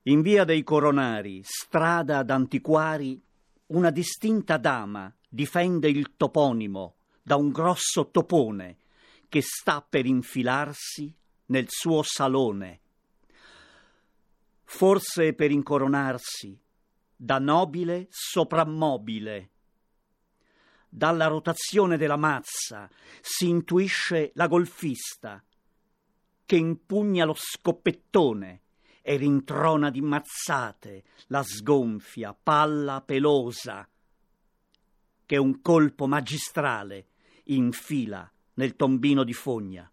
In via dei Coronari, strada ad antiquari, una distinta dama difende il toponimo da un grosso topone che sta per infilarsi nel suo salone. Forse per incoronarsi da nobile soprammobile. Dalla rotazione della mazza si intuisce la golfista che impugna lo scoppettone e rintrona di mazzate la sgonfia palla pelosa che un colpo magistrale infila nel tombino di fogna.